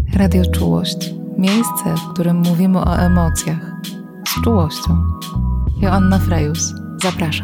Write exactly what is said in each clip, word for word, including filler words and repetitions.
Radio Czułość. Miejsce, w którym mówimy o emocjach. Z czułością. Joanna Frejus. Zapraszam.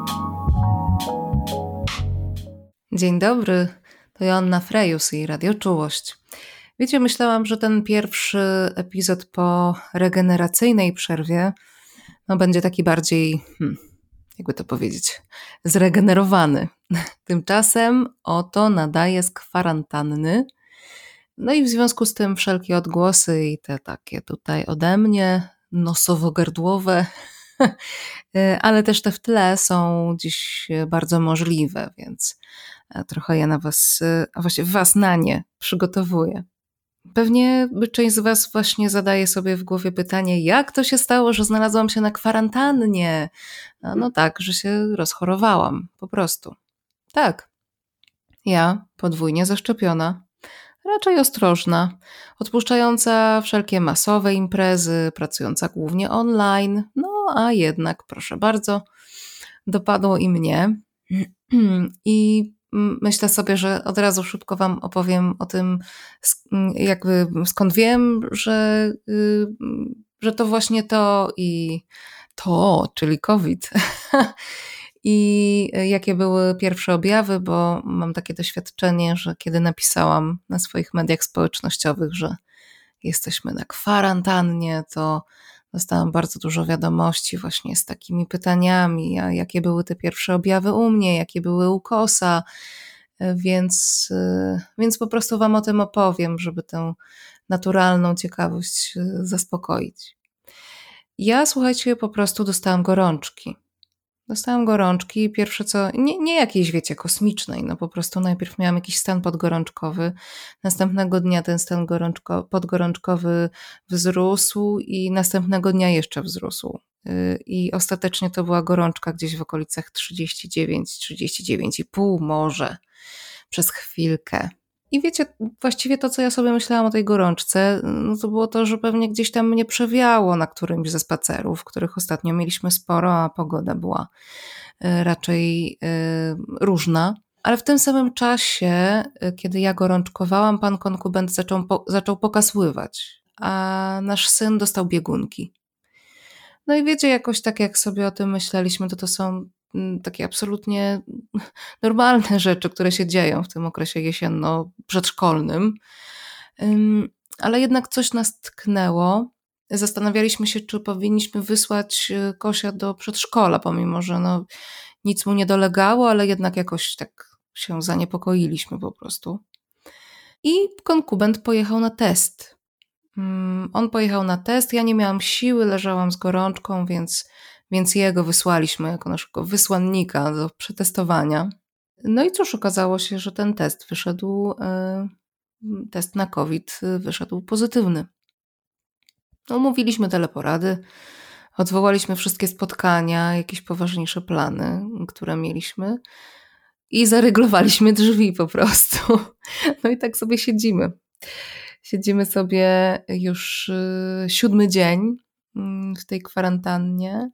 Dzień dobry. To Joanna Frejus i Radio Czułość. Wiecie, myślałam, że ten pierwszy epizod po regeneracyjnej przerwie no, będzie taki bardziej, hmm, jakby to powiedzieć, zregenerowany. Tymczasem oto nadaję z kwarantanny. No i w związku z tym wszelkie odgłosy i te takie tutaj ode mnie, nosowo-gardłowe, ale też te w tle są dziś bardzo możliwe, więc trochę ja na was, a właściwie was na nie przygotowuję. Pewnie część z was właśnie zadaje sobie w głowie pytanie, jak to się stało, że znalazłam się na kwarantannie? No, no tak, że się rozchorowałam, po prostu. Tak, ja podwójnie zaszczepiona, raczej ostrożna, odpuszczająca wszelkie masowe imprezy, pracująca głównie online, no a jednak, proszę bardzo, dopadło i mnie. I myślę sobie, że od razu szybko wam opowiem o tym, jakby skąd wiem, że, że to właśnie to i to, czyli COVID. I jakie były pierwsze objawy, bo mam takie doświadczenie, że kiedy napisałam na swoich mediach społecznościowych, że jesteśmy na kwarantannie, to dostałam bardzo dużo wiadomości właśnie z takimi pytaniami, a jakie były te pierwsze objawy u mnie, jakie były u Kosa, więc, więc po prostu wam o tym opowiem, żeby tę naturalną ciekawość zaspokoić. Ja, słuchajcie, po prostu dostałam gorączki. Dostałam gorączki, pierwsze co, nie, nie jakiejś, wiecie, kosmicznej, no po prostu najpierw miałam jakiś stan podgorączkowy, następnego dnia ten stan gorączko, podgorączkowy wzrósł i następnego dnia jeszcze wzrósł. I ostatecznie to była gorączka gdzieś w okolicach trzydzieści dziewięć, trzydzieści dziewięć i pół może przez chwilkę. I wiecie, właściwie to, co ja sobie myślałam o tej gorączce, no to było to, że pewnie gdzieś tam mnie przewiało na którymś ze spacerów, których ostatnio mieliśmy sporo, a pogoda była raczej różna. Ale w tym samym czasie, kiedy ja gorączkowałam, pan konkubent zaczął, po, zaczął pokasływać, a nasz syn dostał biegunki. No i wiecie, jakoś tak jak sobie o tym myśleliśmy, to to są takie absolutnie normalne rzeczy, które się dzieją w tym okresie jesienno-przedszkolnym. Ale jednak coś nas tknęło. Zastanawialiśmy się, czy powinniśmy wysłać Kosia do przedszkola, pomimo że no, nic mu nie dolegało, ale jednak jakoś tak się zaniepokoiliśmy po prostu. I konkubent pojechał na test. On pojechał na test, ja nie miałam siły, leżałam z gorączką, więc Więc jego wysłaliśmy jako naszego wysłannika do przetestowania. No i cóż, okazało się, że ten test wyszedł, test na COVID wyszedł pozytywny. Omówiliśmy teleporady, odwołaliśmy wszystkie spotkania, jakieś poważniejsze plany, które mieliśmy i zaryglowaliśmy drzwi po prostu. No i tak sobie siedzimy. Siedzimy sobie już siódmy dzień w tej kwarantannie.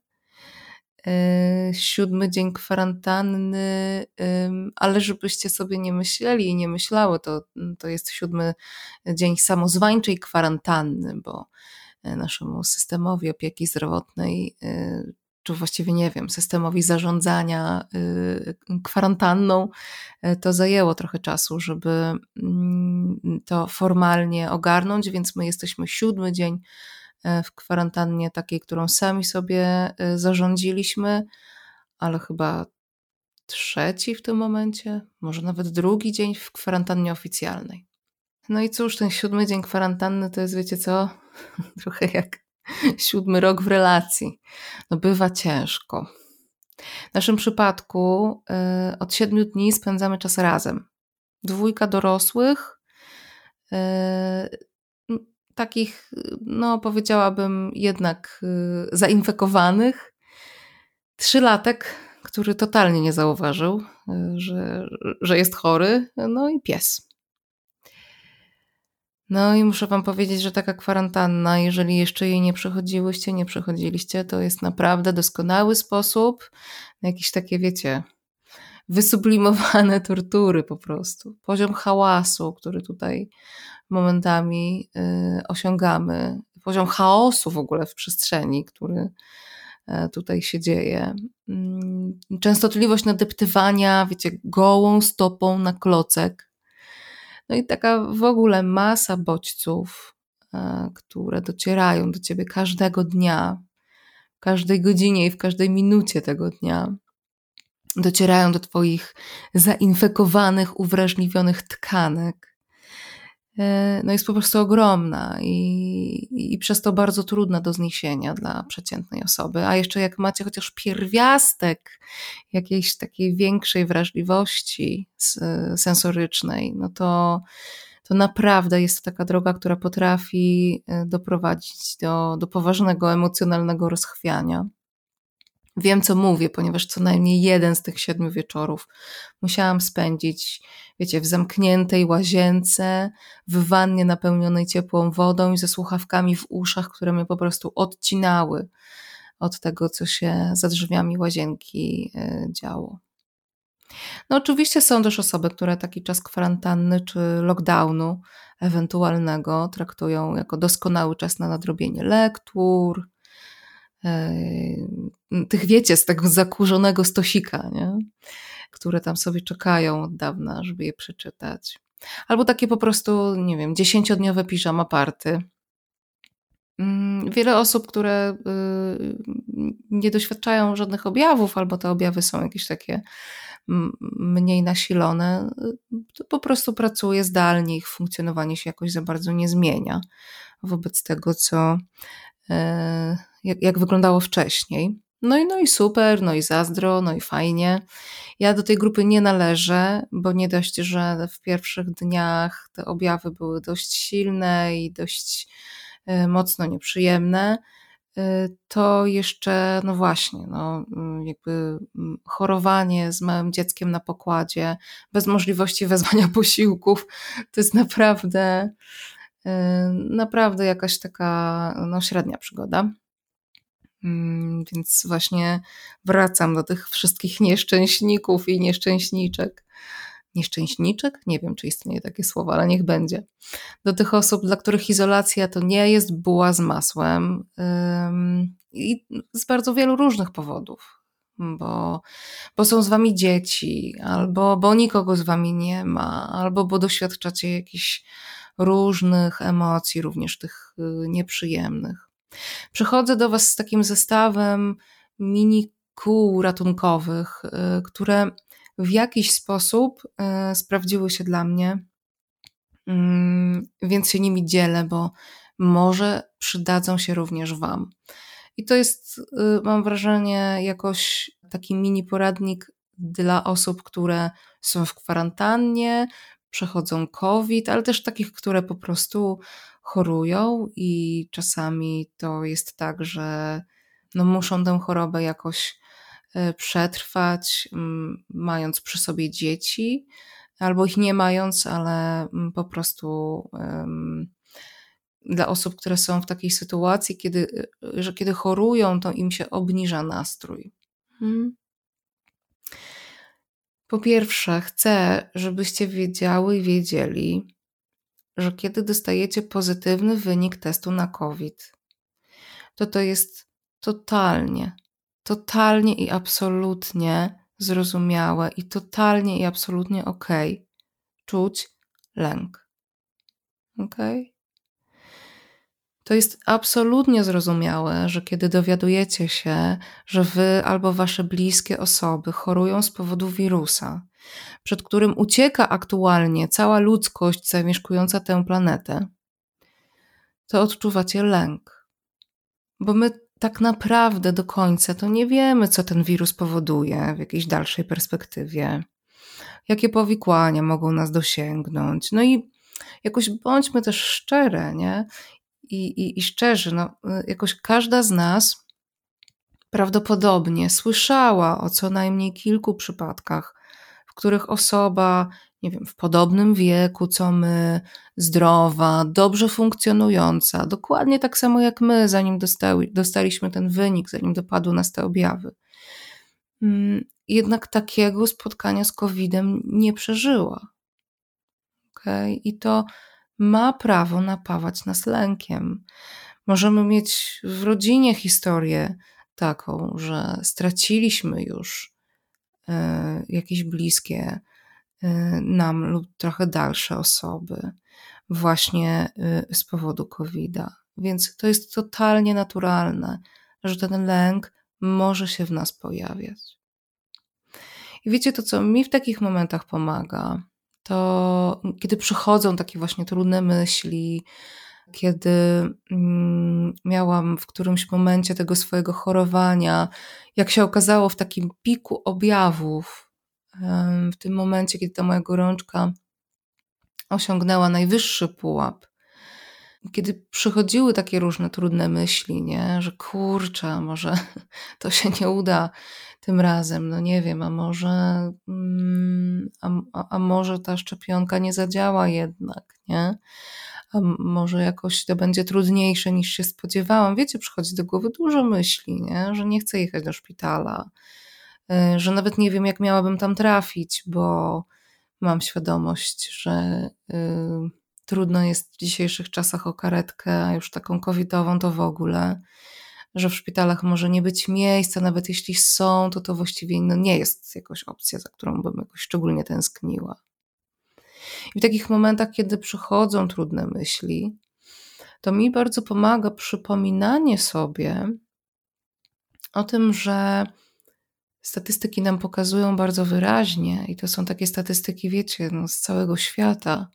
Siódmy dzień kwarantanny, ale żebyście sobie nie myśleli i nie myślały, to, to jest siódmy dzień samozwańczej kwarantanny, bo naszemu systemowi opieki zdrowotnej, czy właściwie nie wiem, systemowi zarządzania kwarantanną, to zajęło trochę czasu, żeby to formalnie ogarnąć, więc my jesteśmy siódmy dzień w kwarantannie takiej, którą sami sobie zarządziliśmy, ale chyba trzeci w tym momencie, może nawet drugi dzień w kwarantannie oficjalnej. No i cóż, ten siódmy dzień kwarantanny to jest, wiecie co, trochę jak siódmy rok w relacji. No bywa ciężko. W naszym przypadku y, od siedmiu dni spędzamy czas razem. Dwójka dorosłych, y, takich, no powiedziałabym jednak y, zainfekowanych, trzylatek, który totalnie nie zauważył, y, że, że jest chory, no i pies. No i muszę wam powiedzieć, że taka kwarantanna, jeżeli jeszcze jej nie przechodziłyście, nie przechodziliście, to jest naprawdę doskonały sposób na jakieś takie, wiecie, wysublimowane tortury po prostu. Poziom hałasu, który tutaj momentami y, osiągamy. Poziom chaosu w ogóle w przestrzeni, który y, tutaj się dzieje. Y, częstotliwość nadeptywania, wiecie, gołą stopą na klocek. No i taka w ogóle masa bodźców, y, które docierają do ciebie każdego dnia, w każdej godzinie i w każdej minucie tego dnia. Docierają do twoich zainfekowanych, uwrażliwionych tkanek. No jest po prostu ogromna i, i przez to bardzo trudna do zniesienia dla przeciętnej osoby. A jeszcze jak macie chociaż pierwiastek jakiejś takiej większej wrażliwości sensorycznej, no to, to naprawdę jest to taka droga, która potrafi doprowadzić do, do poważnego emocjonalnego rozchwiania. Wiem, co mówię, ponieważ co najmniej jeden z tych siedmiu wieczorów musiałam spędzić, wiecie, w zamkniętej łazience, w wannie napełnionej ciepłą wodą i ze słuchawkami w uszach, które mnie po prostu odcinały od tego, co się za drzwiami łazienki działo. No oczywiście są też osoby, które taki czas kwarantanny czy lockdownu ewentualnego traktują jako doskonały czas na nadrobienie lektur, tych, wiecie, z tego zakurzonego stosika, nie? Które tam sobie czekają od dawna, żeby je przeczytać. Albo takie po prostu, nie wiem, dziesięciodniowe piżama party. Wiele osób, które nie doświadczają żadnych objawów, albo te objawy są jakieś takie mniej nasilone, to po prostu pracuje zdalnie, ich funkcjonowanie się jakoś za bardzo nie zmienia wobec tego, co Jak, jak wyglądało wcześniej. No i, no i super, no i zazdro, no i fajnie. Ja do tej grupy nie należę, bo nie dość, że w pierwszych dniach te objawy były dość silne i dość y, mocno nieprzyjemne, y, to jeszcze, no właśnie, no, jakby chorowanie z małym dzieckiem na pokładzie, bez możliwości wezwania posiłków, to jest naprawdę, y, naprawdę jakaś taka no, średnia przygoda. Więc właśnie wracam do tych wszystkich nieszczęśników i nieszczęśniczek. Nieszczęśniczek? Nie wiem, czy istnieje takie słowo, ale niech będzie. Do tych osób, dla których izolacja to nie jest buła z masłem i z bardzo wielu różnych powodów. Bo, bo są z wami dzieci, albo bo nikogo z wami nie ma, albo bo doświadczacie jakichś różnych emocji, również tych nieprzyjemnych. Przychodzę do was z takim zestawem mini kół ratunkowych, które w jakiś sposób sprawdziły się dla mnie, więc się nimi dzielę, bo może przydadzą się również wam. I to jest, mam wrażenie, jakoś taki mini poradnik dla osób, które są w kwarantannie, przechodzą COVID, ale też takich, które po prostu chorują i czasami to jest tak, że no muszą tę chorobę jakoś przetrwać, mając przy sobie dzieci, albo ich nie mając, ale po prostu um, dla osób, które są w takiej sytuacji, kiedy, że kiedy chorują, to im się obniża nastrój. Hmm. Po pierwsze, chcę, żebyście wiedziały i wiedzieli, że kiedy dostajecie pozytywny wynik testu na COVID, to to jest totalnie, totalnie i absolutnie zrozumiałe i totalnie i absolutnie okej czuć lęk. Okej? To jest absolutnie zrozumiałe, że kiedy dowiadujecie się, że wy albo wasze bliskie osoby chorują z powodu wirusa, przed którym ucieka aktualnie cała ludzkość zamieszkująca tę planetę, to odczuwacie lęk. Bo my tak naprawdę do końca to nie wiemy, co ten wirus powoduje w jakiejś dalszej perspektywie, jakie powikłania mogą nas dosięgnąć. No i jakoś bądźmy też szczere, nie? I, i, i szczerzy, no, jakoś każda z nas prawdopodobnie słyszała o co najmniej kilku przypadkach, w których osoba, nie wiem, w podobnym wieku co my, zdrowa, dobrze funkcjonująca, dokładnie tak samo jak my, zanim dostały, dostaliśmy ten wynik, zanim dopadły nas te objawy, jednak takiego spotkania z kowidem nie przeżyła. Okay? I to ma prawo napawać nas lękiem. Możemy mieć w rodzinie historię taką, że straciliśmy już y, jakieś bliskie y, nam lub trochę dalsze osoby właśnie y, z powodu kowida. Więc to jest totalnie naturalne, że ten lęk może się w nas pojawiać. I wiecie, to co mi w takich momentach pomaga, to kiedy przychodzą takie właśnie trudne myśli, kiedy mm, miałam w którymś momencie tego swojego chorowania, jak się okazało w takim piku objawów, em, w tym momencie, kiedy ta moja gorączka osiągnęła najwyższy pułap, kiedy przychodziły takie różne trudne myśli, nie? Że kurczę, może to się nie uda tym razem, no nie wiem, a może, mm, a, a, a może ta szczepionka nie zadziała jednak, nie? A m- może jakoś to będzie trudniejsze niż się spodziewałam. Wiecie, przychodzi do głowy dużo myśli, nie? Że nie chcę jechać do szpitala, y, że nawet nie wiem, jak miałabym tam trafić, bo mam świadomość, że y, trudno jest w dzisiejszych czasach o karetkę, a już taką covidową to w ogóle, że w szpitalach może nie być miejsca, nawet jeśli są, to to właściwie no, nie jest jakoś opcja, za którą bym jakoś szczególnie tęskniła. I w takich momentach, kiedy przychodzą trudne myśli, to mi bardzo pomaga przypominanie sobie o tym, że statystyki nam pokazują bardzo wyraźnie, i to są takie statystyki, wiecie, no, z całego świata,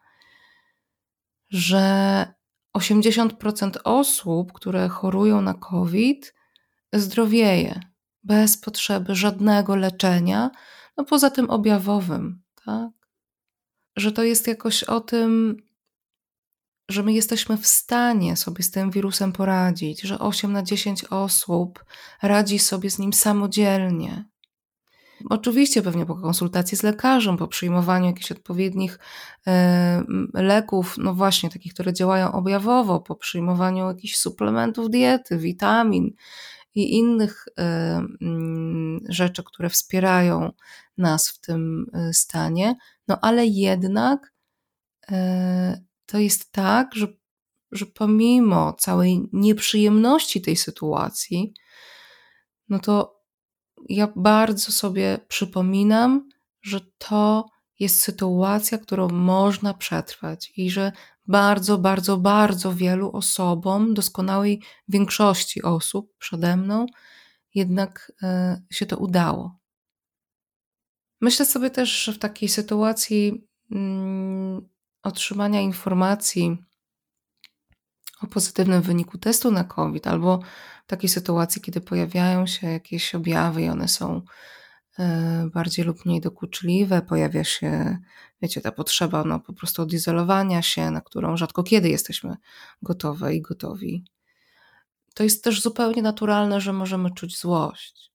że osiemdziesiąt procent osób, które chorują na COVID, zdrowieje bez potrzeby żadnego leczenia, no poza tym objawowym, tak? Że to jest jakoś o tym, że my jesteśmy w stanie sobie z tym wirusem poradzić, że osiem na dziesięć osób radzi sobie z nim samodzielnie. Oczywiście pewnie po konsultacji z lekarzem, po przyjmowaniu jakichś odpowiednich e, leków, no właśnie takich, które działają objawowo, po przyjmowaniu jakichś suplementów diety, witamin i innych e, mm, rzeczy, które wspierają nas w tym e, stanie, no ale jednak e, to jest tak, że, że pomimo całej nieprzyjemności tej sytuacji, no to ja bardzo sobie przypominam, że to jest sytuacja, którą można przetrwać i że bardzo, bardzo, bardzo wielu osobom, doskonałej większości osób przede mną, jednak e, się to udało. Myślę sobie też, że w takiej sytuacji mm, otrzymania informacji o pozytywnym wyniku testu na COVID, albo w takiej sytuacji, kiedy pojawiają się jakieś objawy i one są e, bardziej lub mniej dokuczliwe, pojawia się, wiecie, ta potrzeba no, po prostu odizolowania się, na którą rzadko kiedy jesteśmy gotowe i gotowi. To jest też zupełnie naturalne, że możemy czuć złość.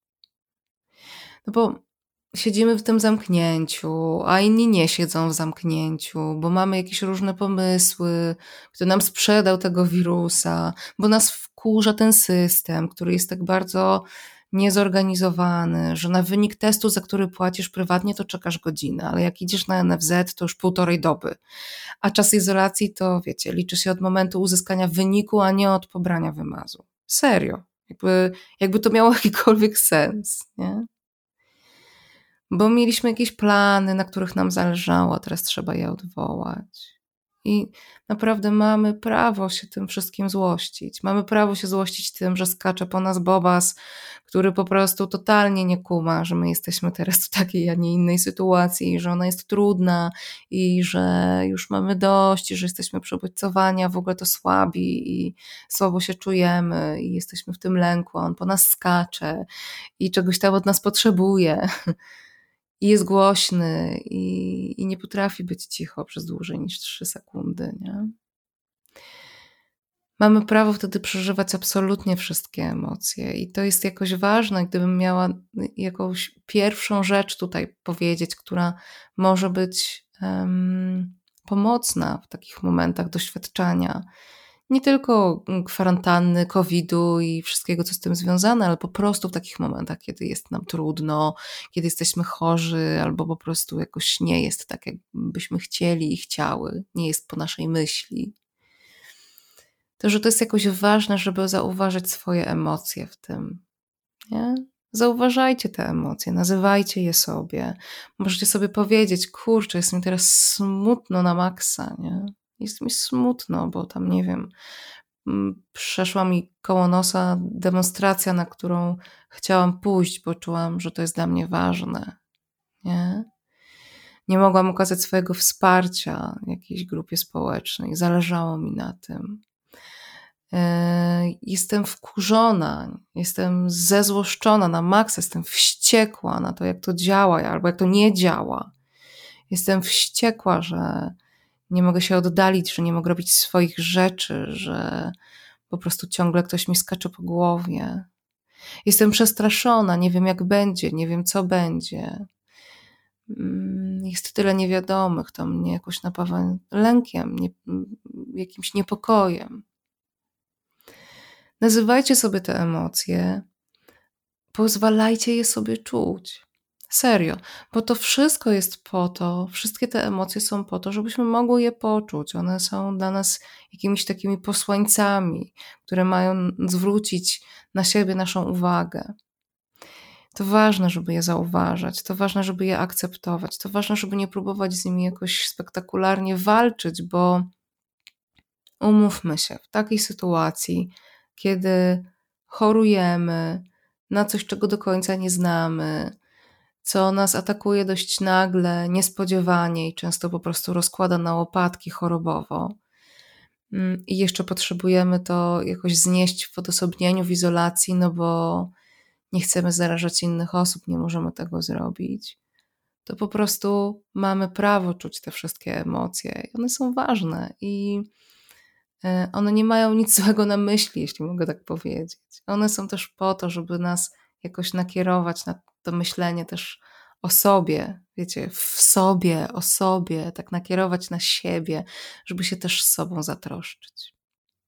No bo siedzimy w tym zamknięciu, a inni nie siedzą w zamknięciu, bo mamy jakieś różne pomysły, kto nam sprzedał tego wirusa, bo nas wkurza ten system, który jest tak bardzo niezorganizowany, że na wynik testu, za który płacisz prywatnie, to czekasz godzinę, ale jak idziesz na N F Z, to już półtorej doby. A czas izolacji to, wiecie, liczy się od momentu uzyskania wyniku, a nie od pobrania wymazu. Serio. Jakby, jakby to miało jakikolwiek sens, nie? Bo mieliśmy jakieś plany, na których nam zależało, a teraz trzeba je odwołać. I naprawdę mamy prawo się tym wszystkim złościć. Mamy prawo się złościć tym, że skacze po nas Bobas, który po prostu totalnie nie kuma, że my jesteśmy teraz w takiej, a nie innej sytuacji, że ona jest trudna i że już mamy dość, i że jesteśmy przebodźcowani, a w ogóle to słabi i słabo się czujemy i jesteśmy w tym lęku, a on po nas skacze i czegoś tam od nas potrzebuje. I jest głośny i, i nie potrafi być cicho przez dłużej niż trzy sekundy, nie? Mamy prawo wtedy przeżywać absolutnie wszystkie emocje i to jest jakoś ważne, gdybym miała jakąś pierwszą rzecz tutaj powiedzieć, która może być um, pomocna w takich momentach doświadczania Nie tylko kwarantanny, kowida i wszystkiego, co z tym związane, ale po prostu w takich momentach, kiedy jest nam trudno, kiedy jesteśmy chorzy, albo po prostu jakoś nie jest tak, jak byśmy chcieli i chciały, nie jest po naszej myśli. To, że to jest jakoś ważne, żeby zauważyć swoje emocje w tym, nie? Zauważajcie te emocje, nazywajcie je sobie. Możecie sobie powiedzieć, kurczę, jest mi teraz smutno na maksa, nie? Jest mi smutno, bo tam, nie wiem, przeszła mi koło nosa demonstracja, na którą chciałam pójść, bo czułam, że to jest dla mnie ważne, nie? Nie mogłam okazać swojego wsparcia jakiejś grupie społecznej, zależało mi na tym. Jestem wkurzona, jestem zezłoszczona na maksa, jestem wściekła na to, jak to działa, albo jak to nie działa. Jestem wściekła, że nie mogę się oddalić, że nie mogę robić swoich rzeczy, że po prostu ciągle ktoś mi skacze po głowie. Jestem przestraszona, nie wiem jak będzie, nie wiem co będzie. Jest tyle niewiadomych, to mnie jakoś napawa lękiem, nie, jakimś niepokojem. Nazywajcie sobie te emocje, pozwalajcie je sobie czuć. Serio, bo to wszystko jest po to, wszystkie te emocje są po to, żebyśmy mogły je poczuć. One są dla nas jakimiś takimi posłańcami, które mają zwrócić na siebie naszą uwagę. To ważne, żeby je zauważać, to ważne, żeby je akceptować, to ważne, żeby nie próbować z nimi jakoś spektakularnie walczyć, bo umówmy się, w takiej sytuacji, kiedy chorujemy na coś, czego do końca nie znamy, co nas atakuje dość nagle, niespodziewanie i często po prostu rozkłada na łopatki chorobowo. I jeszcze potrzebujemy to jakoś znieść w odosobnieniu, w izolacji, no bo nie chcemy zarażać innych osób, nie możemy tego zrobić. To po prostu mamy prawo czuć te wszystkie emocje. One są ważne i one nie mają nic złego na myśli, jeśli mogę tak powiedzieć. One są też po to, żeby nas jakoś nakierować na to myślenie też o sobie, wiecie, w sobie, o sobie, tak nakierować na siebie, żeby się też z sobą zatroszczyć.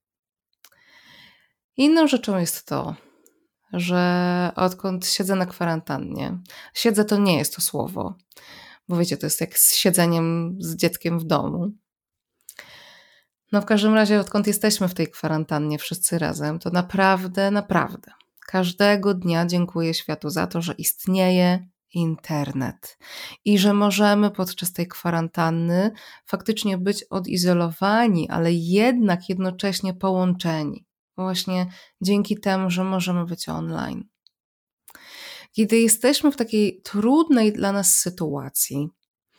Inną rzeczą jest to, że odkąd siedzę na kwarantannie, siedzę to nie jest to słowo, bo wiecie, to jest jak z siedzeniem z dzieckiem w domu. No w każdym razie, odkąd jesteśmy w tej kwarantannie wszyscy razem, to naprawdę, naprawdę każdego dnia dziękuję światu za to, że istnieje internet i że możemy podczas tej kwarantanny faktycznie być odizolowani, ale jednak jednocześnie połączeni. Właśnie dzięki temu, że możemy być online. Kiedy jesteśmy w takiej trudnej dla nas sytuacji,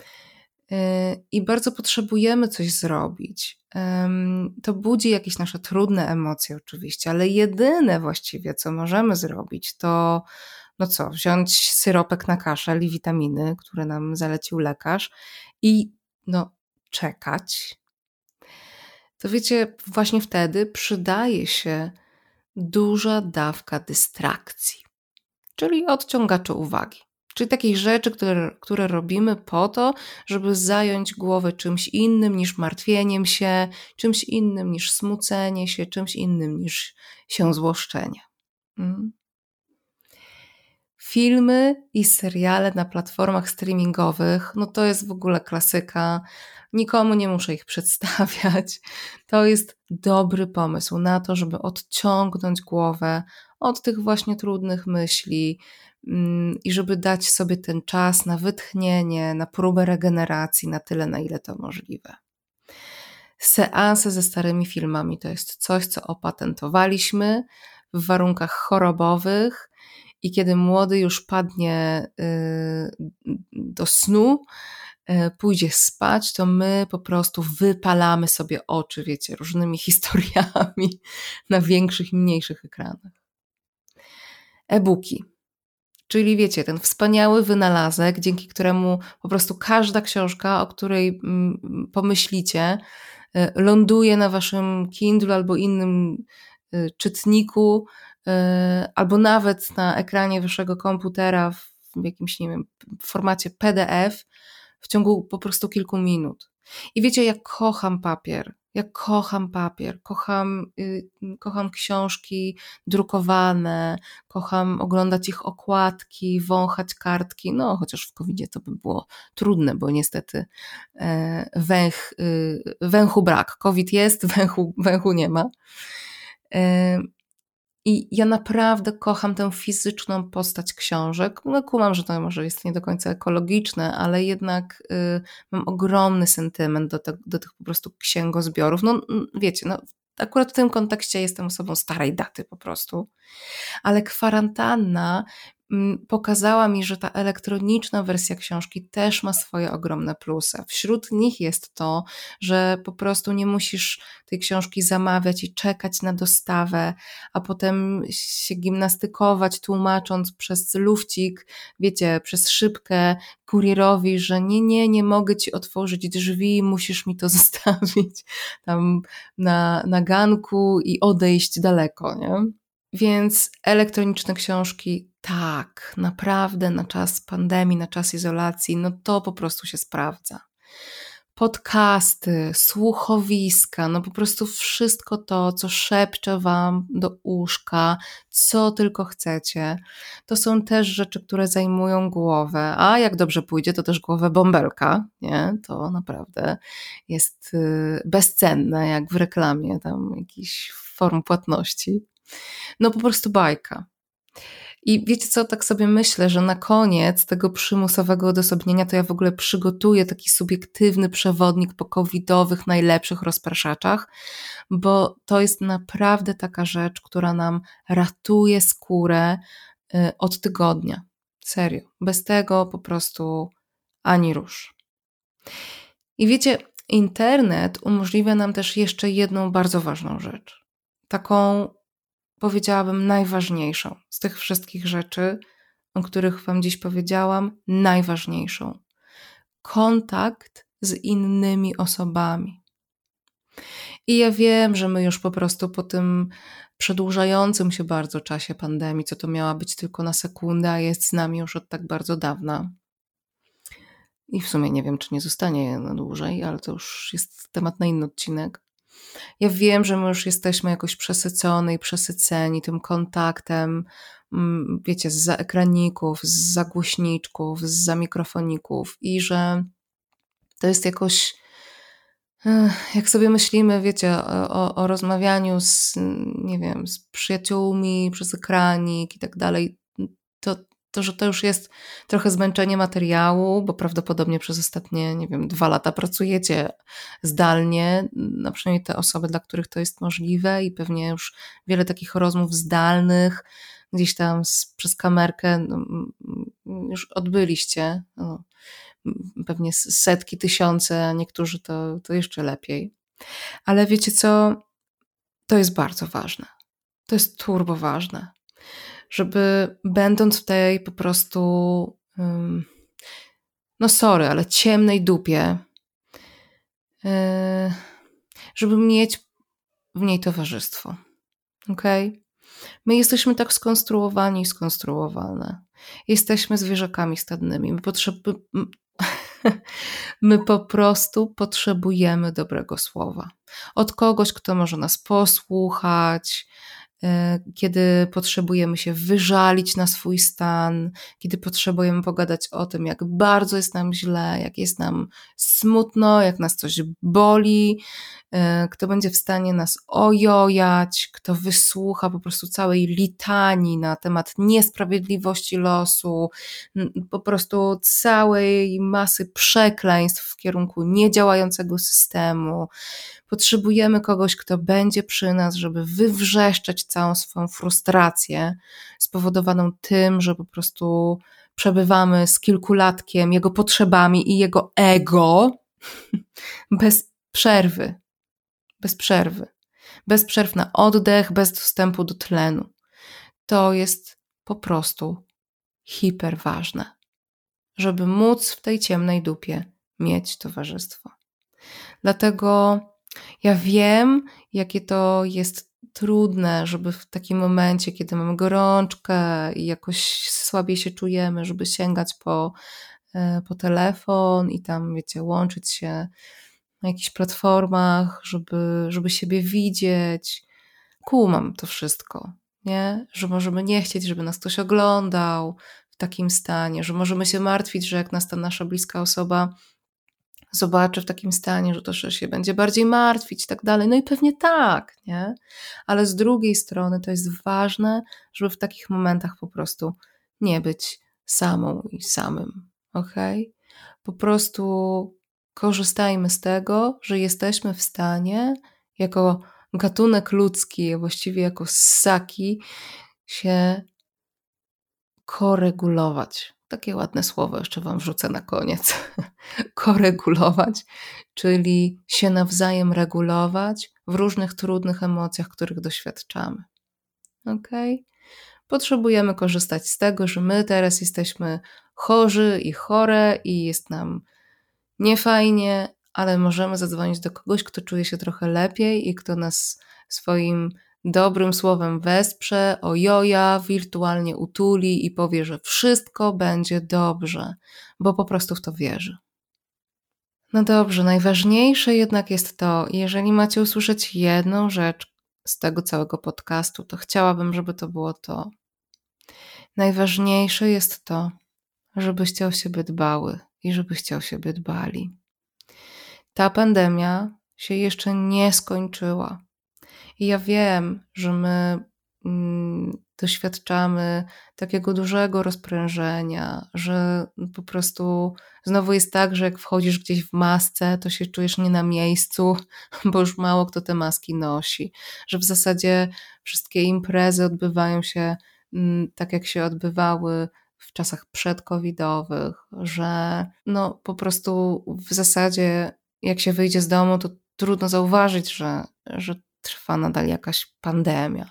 i bardzo potrzebujemy coś zrobić. To budzi jakieś nasze trudne emocje oczywiście, ale jedyne właściwie, co możemy zrobić, to no co, wziąć syropek na kaszel i witaminy, które nam zalecił lekarz i no czekać. To wiecie, właśnie wtedy przydaje się duża dawka dystrakcji, czyli odciągaczy uwagi. Czyli takich rzeczy, które, które robimy po to, żeby zająć głowę czymś innym niż martwieniem się, czymś innym niż smucenie się, czymś innym niż się złoszczenie. Mm. Filmy i seriale na platformach streamingowych, no to jest w ogóle klasyka. Nikomu nie muszę ich przedstawiać. To jest dobry pomysł na to, żeby odciągnąć głowę od tych właśnie trudnych myśli, i żeby dać sobie ten czas na wytchnienie, na próbę regeneracji na tyle, na ile to możliwe. Seanse ze starymi filmami to jest coś, co opatentowaliśmy w warunkach chorobowych i kiedy młody już padnie do snu, pójdzie spać, to my po prostu wypalamy sobie oczy, wiecie, różnymi historiami na większych i mniejszych ekranach. E-booki. Czyli wiecie, ten wspaniały wynalazek, dzięki któremu po prostu każda książka, o której pomyślicie, ląduje na waszym Kindle albo innym czytniku, albo nawet na ekranie waszego komputera w jakimś, nie wiem, formacie P D F w ciągu po prostu kilku minut. I wiecie, jak kocham papier. Ja kocham papier, kocham, y, kocham książki drukowane, kocham oglądać ich okładki, wąchać kartki, no chociaż w kowidzie to by było trudne, bo niestety e, węch, y, węchu brak. COVID jest, węchu, węchu nie ma. E, I ja naprawdę kocham tę fizyczną postać książek. No kumam, że to może jest nie do końca ekologiczne, ale jednak y, mam ogromny sentyment do, te, do tych po prostu księgozbiorów. No n- wiecie, no akurat w tym kontekście jestem osobą starej daty po prostu. Ale kwarantanna mm, pokazała mi, że ta elektroniczna wersja książki też ma swoje ogromne plusy. Wśród nich jest to, że po prostu nie musisz tej książki zamawiać i czekać na dostawę, a potem się gimnastykować, tłumacząc przez lufcik, wiecie, przez szybkę kurierowi, że nie, nie, nie mogę ci otworzyć drzwi, musisz mi to zostawić tam na, na ganku i odejść daleko, nie? Więc elektroniczne książki, tak, naprawdę na czas pandemii, na czas izolacji, no to po prostu się sprawdza. Podcasty, słuchowiska, no po prostu wszystko to, co szepcze wam do uszka, co tylko chcecie, to są też rzeczy, które zajmują głowę, a jak dobrze pójdzie, to też głowę bąbelka, nie? To naprawdę jest y, bezcenne, jak w reklamie tam jakichś form płatności. No po prostu bajka. I wiecie co, tak sobie myślę, że na koniec tego przymusowego odosobnienia to ja w ogóle przygotuję taki subiektywny przewodnik po covidowych najlepszych rozpraszaczach, bo to jest naprawdę taka rzecz, która nam ratuje skórę y, od tygodnia. Serio. Bez tego po prostu ani rusz. I wiecie, internet umożliwia nam też jeszcze jedną bardzo ważną rzecz. Taką, powiedziałabym, najważniejszą z tych wszystkich rzeczy, o których wam dziś powiedziałam, najważniejszą. Kontakt z innymi osobami. I ja wiem, że my już po prostu po tym przedłużającym się bardzo czasie pandemii, co to miała być tylko na sekundę, a jest z nami już od tak bardzo dawna. I w sumie nie wiem, czy nie zostanie na dłużej, ale to już jest temat na inny odcinek. Ja wiem, że my już jesteśmy jakoś przesycone i przesyceni tym kontaktem, mm, wiecie, zza ekraników, zza głośniczków, zza mikrofoników i że to jest jakoś, ech, jak sobie myślimy, wiecie, o, o, o rozmawianiu z, nie wiem, z przyjaciółmi przez ekranik i tak dalej, to, to, że to już jest trochę zmęczenie materiału, bo prawdopodobnie przez ostatnie, nie wiem, dwa lata pracujecie zdalnie, no przynajmniej te osoby, dla których to jest możliwe i pewnie już wiele takich rozmów zdalnych gdzieś tam z, przez kamerkę no, już odbyliście. No, pewnie setki, tysiące, a niektórzy to, to jeszcze lepiej. Ale wiecie co? To jest bardzo ważne. To jest turbo ważne. Żeby będąc w tej po prostu um, no sorry, ale ciemnej dupie, yy, żeby mieć w niej towarzystwo. Okej? Okay? My jesteśmy tak skonstruowani i skonstruowane. Jesteśmy zwierzakami stadnymi. My, potrzeb- My po prostu potrzebujemy dobrego słowa. Od kogoś, kto może nas posłuchać, kiedy potrzebujemy się wyżalić na swój stan, kiedy potrzebujemy pogadać o tym, jak bardzo jest nam źle, jak jest nam smutno, jak nas coś boli, kto będzie w stanie nas ojojać, kto wysłucha po prostu całej litanii na temat niesprawiedliwości losu, po prostu całej masy przekleństw w kierunku niedziałającego systemu. Potrzebujemy kogoś, kto będzie przy nas, żeby wywrzeszczeć całą swoją frustrację spowodowaną tym, że po prostu przebywamy z kilkulatkiem, jego potrzebami i jego ego bez przerwy. Bez przerwy. Bez przerw na oddech, bez dostępu do tlenu. To jest po prostu hiper ważne, żeby móc w tej ciemnej dupie mieć towarzystwo. Dlatego ja wiem, jakie to jest trudne, żeby w takim momencie, kiedy mamy gorączkę i jakoś słabiej się czujemy, żeby sięgać po, po telefon i tam, wiecie, łączyć się na jakichś platformach, żeby, żeby siebie widzieć. Kumam to wszystko, nie? Że możemy nie chcieć, żeby nas ktoś oglądał w takim stanie, że możemy się martwić, że jak nas ta nasza bliska osoba zobaczy w takim stanie, że to się będzie bardziej martwić i tak dalej. No i pewnie tak, nie? Ale z drugiej strony to jest ważne, żeby w takich momentach po prostu nie być samą i samym, okej? Po prostu korzystajmy z tego, że jesteśmy w stanie jako gatunek ludzki, a właściwie jako ssaki się koregulować. Takie ładne słowo jeszcze wam wrzucę na koniec. Koregulować, czyli się nawzajem regulować w różnych trudnych emocjach, których doświadczamy. Okej? Potrzebujemy korzystać z tego, że my teraz jesteśmy chorzy i chore i jest nam niefajnie, ale możemy zadzwonić do kogoś, kto czuje się trochę lepiej i kto nas swoim dobrym słowem wesprze, ojoja, wirtualnie utuli i powie, że wszystko będzie dobrze, bo po prostu w to wierzy. No dobrze, najważniejsze jednak jest to, jeżeli macie usłyszeć jedną rzecz z tego całego podcastu, to chciałabym, żeby to było to. Najważniejsze jest to, żebyście o siebie dbały i żebyście o siebie dbali. Ta pandemia się jeszcze nie skończyła. I ja wiem, że my mm, doświadczamy takiego dużego rozprężenia, że po prostu znowu jest tak, że jak wchodzisz gdzieś w masce, to się czujesz nie na miejscu, bo już mało kto te maski nosi. Że w zasadzie wszystkie imprezy odbywają się mm, tak, jak się odbywały w czasach przedcovidowych, że no po prostu w zasadzie jak się wyjdzie z domu, to trudno zauważyć, że, że trwa nadal jakaś pandemia.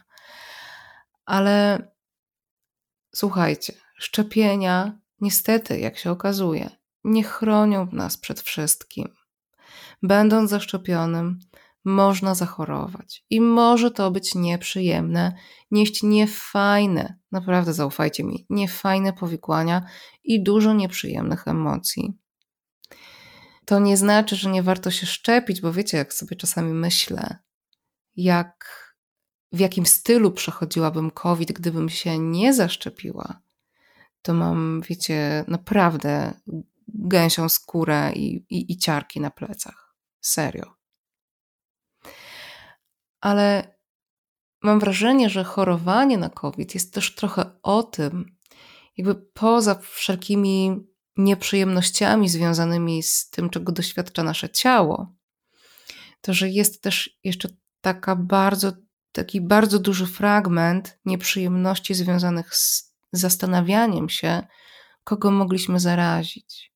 Ale słuchajcie, szczepienia niestety, jak się okazuje, nie chronią nas przed wszystkim. Będąc zaszczepionym, można zachorować i może to być nieprzyjemne, nieść niefajne, naprawdę zaufajcie mi, niefajne powikłania i dużo nieprzyjemnych emocji. To nie znaczy, że nie warto się szczepić, bo wiecie, jak sobie czasami myślę, jak, w jakim stylu przechodziłabym COVID, gdybym się nie zaszczepiła, to mam, wiecie, naprawdę gęsią skórę i, i, i ciarki na plecach. Serio. Ale mam wrażenie, że chorowanie na COVID jest też trochę o tym, jakby poza wszelkimi nieprzyjemnościami związanymi z tym, czego doświadcza nasze ciało, to że jest też jeszcze taka bardzo, taki bardzo duży fragment nieprzyjemności związanych z zastanawianiem się, kogo mogliśmy zarazić.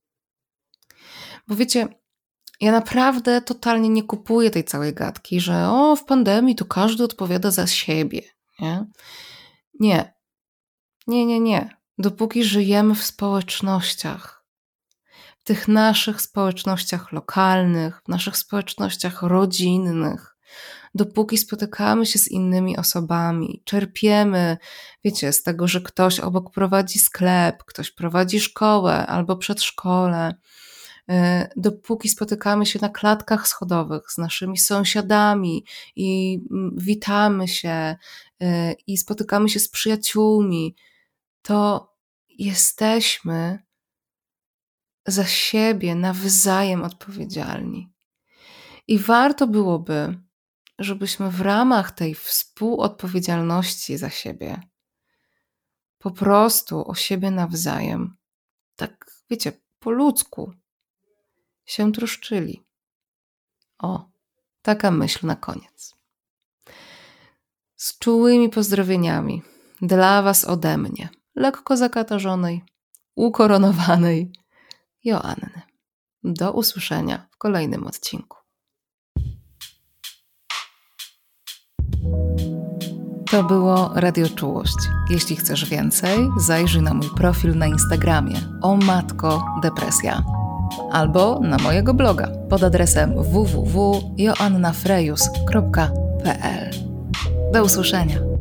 Bo wiecie, ja naprawdę totalnie nie kupuję tej całej gadki, że o, w pandemii to każdy odpowiada za siebie. Nie, nie, nie, nie. nie. Dopóki żyjemy w społecznościach, w tych naszych społecznościach lokalnych, w naszych społecznościach rodzinnych, dopóki spotykamy się z innymi osobami, czerpiemy, wiecie, z tego, że ktoś obok prowadzi sklep, ktoś prowadzi szkołę albo przedszkole, dopóki spotykamy się na klatkach schodowych z naszymi sąsiadami i witamy się i spotykamy się z przyjaciółmi, to jesteśmy za siebie nawzajem odpowiedzialni. I warto byłoby, żebyśmy w ramach tej współodpowiedzialności za siebie po prostu o siebie nawzajem, tak wiecie, po ludzku się troszczyli. O, taka myśl na koniec. Z czułymi pozdrowieniami dla was ode mnie, lekko zakatarzonej, ukoronowanej Joanny. Do usłyszenia w kolejnym odcinku. To było Radio Czułość. Jeśli chcesz więcej, zajrzyj na mój profil na Instagramie o matko depresja albo na mojego bloga pod adresem w w w kropka joanna frejus kropka p l. Do usłyszenia.